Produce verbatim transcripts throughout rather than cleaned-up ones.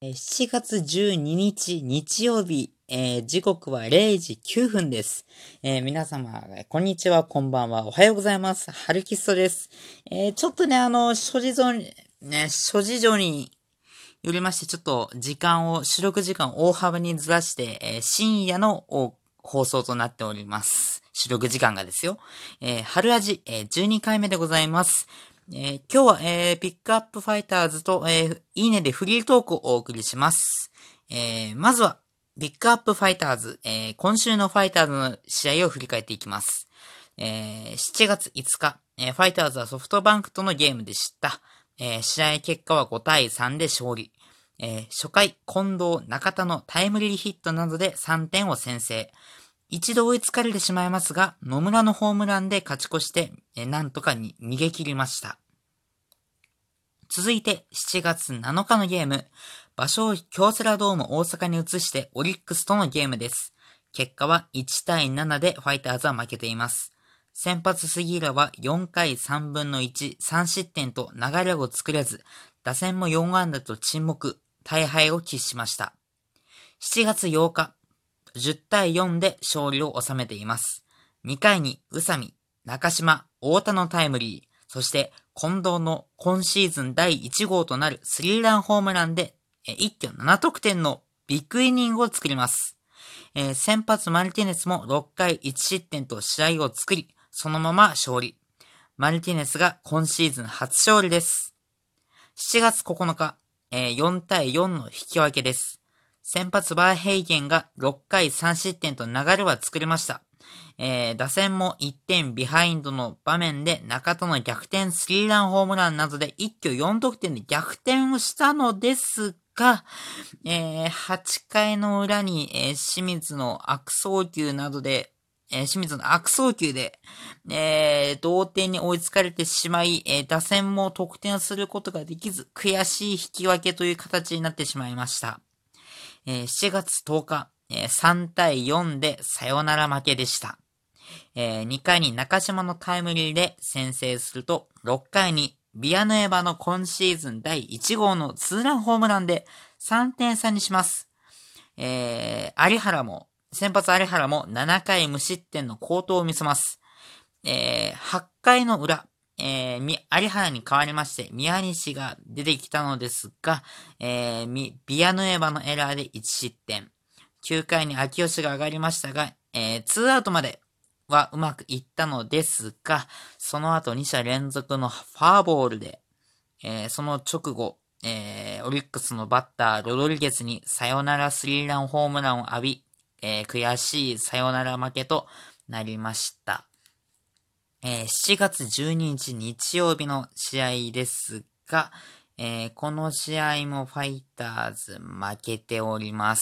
しちがつじゅうににち日曜日、えー時刻はれいじきゅうふんです。えー皆様、こんにちは、こんばんは、おはようございます。ハルキストです。えーちょっとね、あの、諸事情に、ね、諸事情によりまして、ちょっと時間を、収録時間を大幅にずらして、えー深夜のお放送となっております。収録時間がですよ。えー春味、えーじゅうにかいめでございます。えー今日は、えーピックアップファイターズと、えーいいねでフリートークをお送りします。えーまずは、ピックアップファイターズ、えー今週のファイターズの試合を振り返っていきます。えーしちがついつか、えーファイターズはソフトバンクとのゲームでした。えー試合結果はごたいさんで勝利。えー初回、近藤、中田のタイムリーヒットなどでさんてんを先制。一度追いつかれてしまいますが、野村のホームランで勝ち越して、えーなんとかに逃げ切りました。続いて、しちがつなのかのゲーム。場所を京セラドーム大阪に移してオリックスとのゲームです。結果はいちたいななでファイターズは負けています。先発杉浦はよんかいさんぶんのいち、さんしってんと流れを作れず、打線もよんあんだと沈黙、大敗を喫しました。しちがつようか、じゅうたいよんで勝利を収めています。にかいに宇佐美、中島、太田のタイムリー、そして近藤の今シーズンだいいちごうとなるスリーランホームランで一挙ななとくてんのビッグイニングを作ります。えー先発マルティネスもろっかいいちしってんと試合を作り、そのまま勝利。マルティネスが今シーズン初勝利です。しちがつここのか、えーよんたいよんの引き分けです。先発バーヘイゲンがろっかいさんしってんと流れは作れました。えー打線もいってんビハインドの場面で中田の逆転スリーランホームランなどで一挙よんとくてんで逆転をしたのですが、えーはちかいの裏に、えー清水の悪送球などで、えー清水の悪送球で、えー同点に追いつかれてしまい、えー打線も得点することができず、悔しい引き分けという形になってしまいました。えーしちがつとおか、えーさんたいよんでサヨナラ負けでした。えーにかいに中島のタイムリーで先制すると、ろっかいにビアヌエバの今シーズンだいいちごうのツーランホームランでさんてんさにします。えー、有原も、先発有原もななかい無失点の好投を見せます。えー、はちかいの裏、えー、み、有原に代わりまして、宮西が出てきたのですが、えー、み、ビアヌエバのエラーでいちしってん。きゅうかいに秋吉が上がりましたが、えー、ツーアウトまではうまくいったのですが、その後にしゃ連続のファーボールで、えー、その直後、えー、オリックスのバッター、ロドリゲスにサヨナラスリーランホームランを浴び、えー、悔しいサヨナラ負けとなりました。えー、しちがつじゅうににち日曜日の試合ですが、えー、この試合もファイターズ負けております。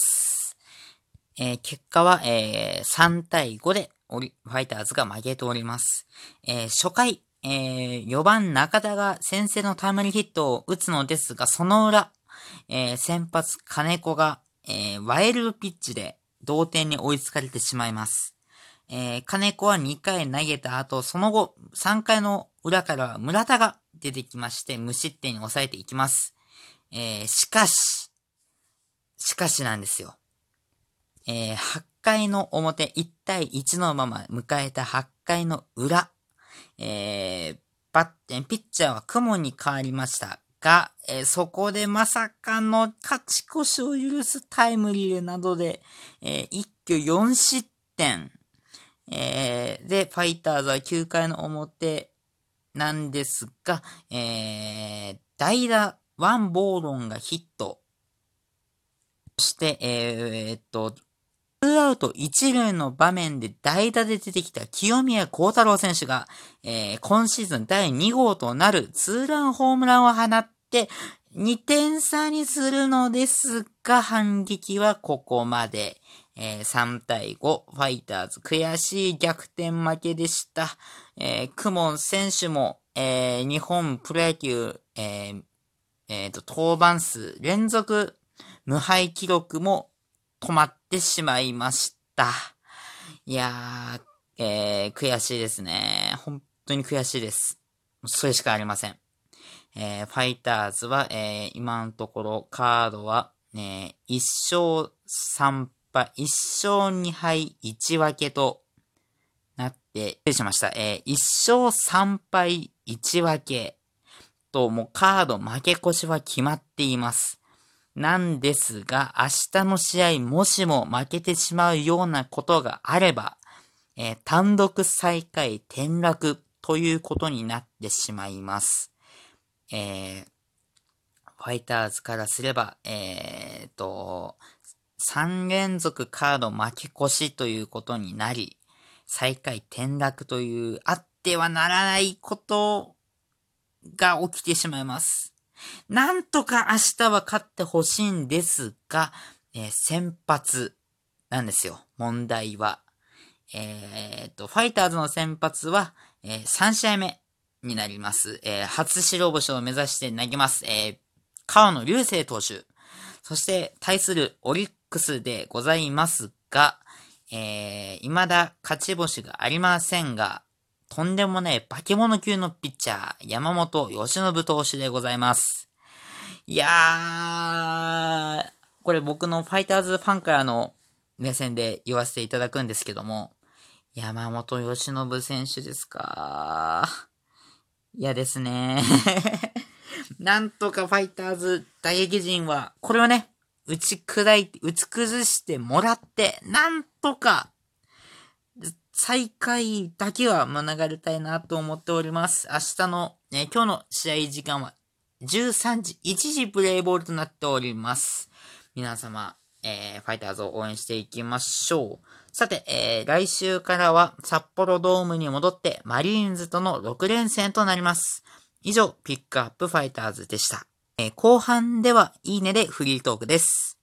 えー、結果は、えー、さんたいごでファイターズが負けております。えー、初回、えー、よばん中田が先制のタイムリーヒットを打つのですが、その裏、えー、先発金子が、えー、ワイルドピッチで同点に追いつかれてしまいます。えー、金子はにかい投げた後、その後、さんかいの裏から村田が出てきまして、無失点に抑えていきます。えー、しかし、しかしなんですよ。えー、はちかいの表、いちたいいちのまま迎えたはちかいの裏、えー、バッテン、ピッチャーは雲に変わりましたが、えーそこでまさかの勝ち越しを許すタイムリーなどで、えー一挙よんしってん、えーで、ファイターズはきゅうかいの表なんですが、えー代打、ワンボーロンがヒット。そして、えーっと、ツーアウト一塁の場面で代打で出てきた清宮幸太郎選手が、えー今シーズンだいにごうとなるツーランホームランを放って、にてんさにするのですが、反撃はここまで。えーさんたいご、ファイターズ、悔しい逆転負けでした。えー、クモン選手も、えー日本プロ野球、えーえーと、登板数連続無敗記録も止まってしまいました。いやー、えー、悔しいですね。本当に悔しいです。それしかありません。えー、ファイターズは、えー、今のところカードはね、いっ勝さん敗、いっ勝に敗いち分けとなって、失礼しました。えー、いっ勝さん敗いち分けと、もうカード負け越しは決まっています。なんですが、明日の試合もしも負けてしまうようなことがあれば、えー、単独最下位転落ということになってしまいます。えー、ファイターズからすれば、えーと、さん連続カード負け越しということになり、最下位転落というあってはならないことが起きてしまいます。なんとか明日は勝ってほしいんですが、えー、先発なんですよ。問題は。えーと、ファイターズの先発は、えー、さん試合目になります。えー、初白星を目指して投げます。えー、川野流星投手。そして対するオリックスでございますが、えー、未だ勝ち星がありませんが、とんでもない化け物級のピッチャー、山本由伸投手でございます。いやー、これ僕のファイターズファンからの目線で言わせていただくんですけども、山本由伸選手ですか。嫌ですね。なんとかファイターズ打撃陣は、これをね、打ち砕いて、打ち崩してもらって、なんとか、最下位だけは免れたいなと思っております。明日の、ね、今日の試合時間はじゅうさんじ、いちじプレイボールとなっております。皆様、えー、ファイターズを応援していきましょう。さて、えー、来週からは札幌ドームに戻ってマリーンズとのろく連戦となります。以上、ピックアップファイターズでした。えー、後半ではいいねでフリートークです。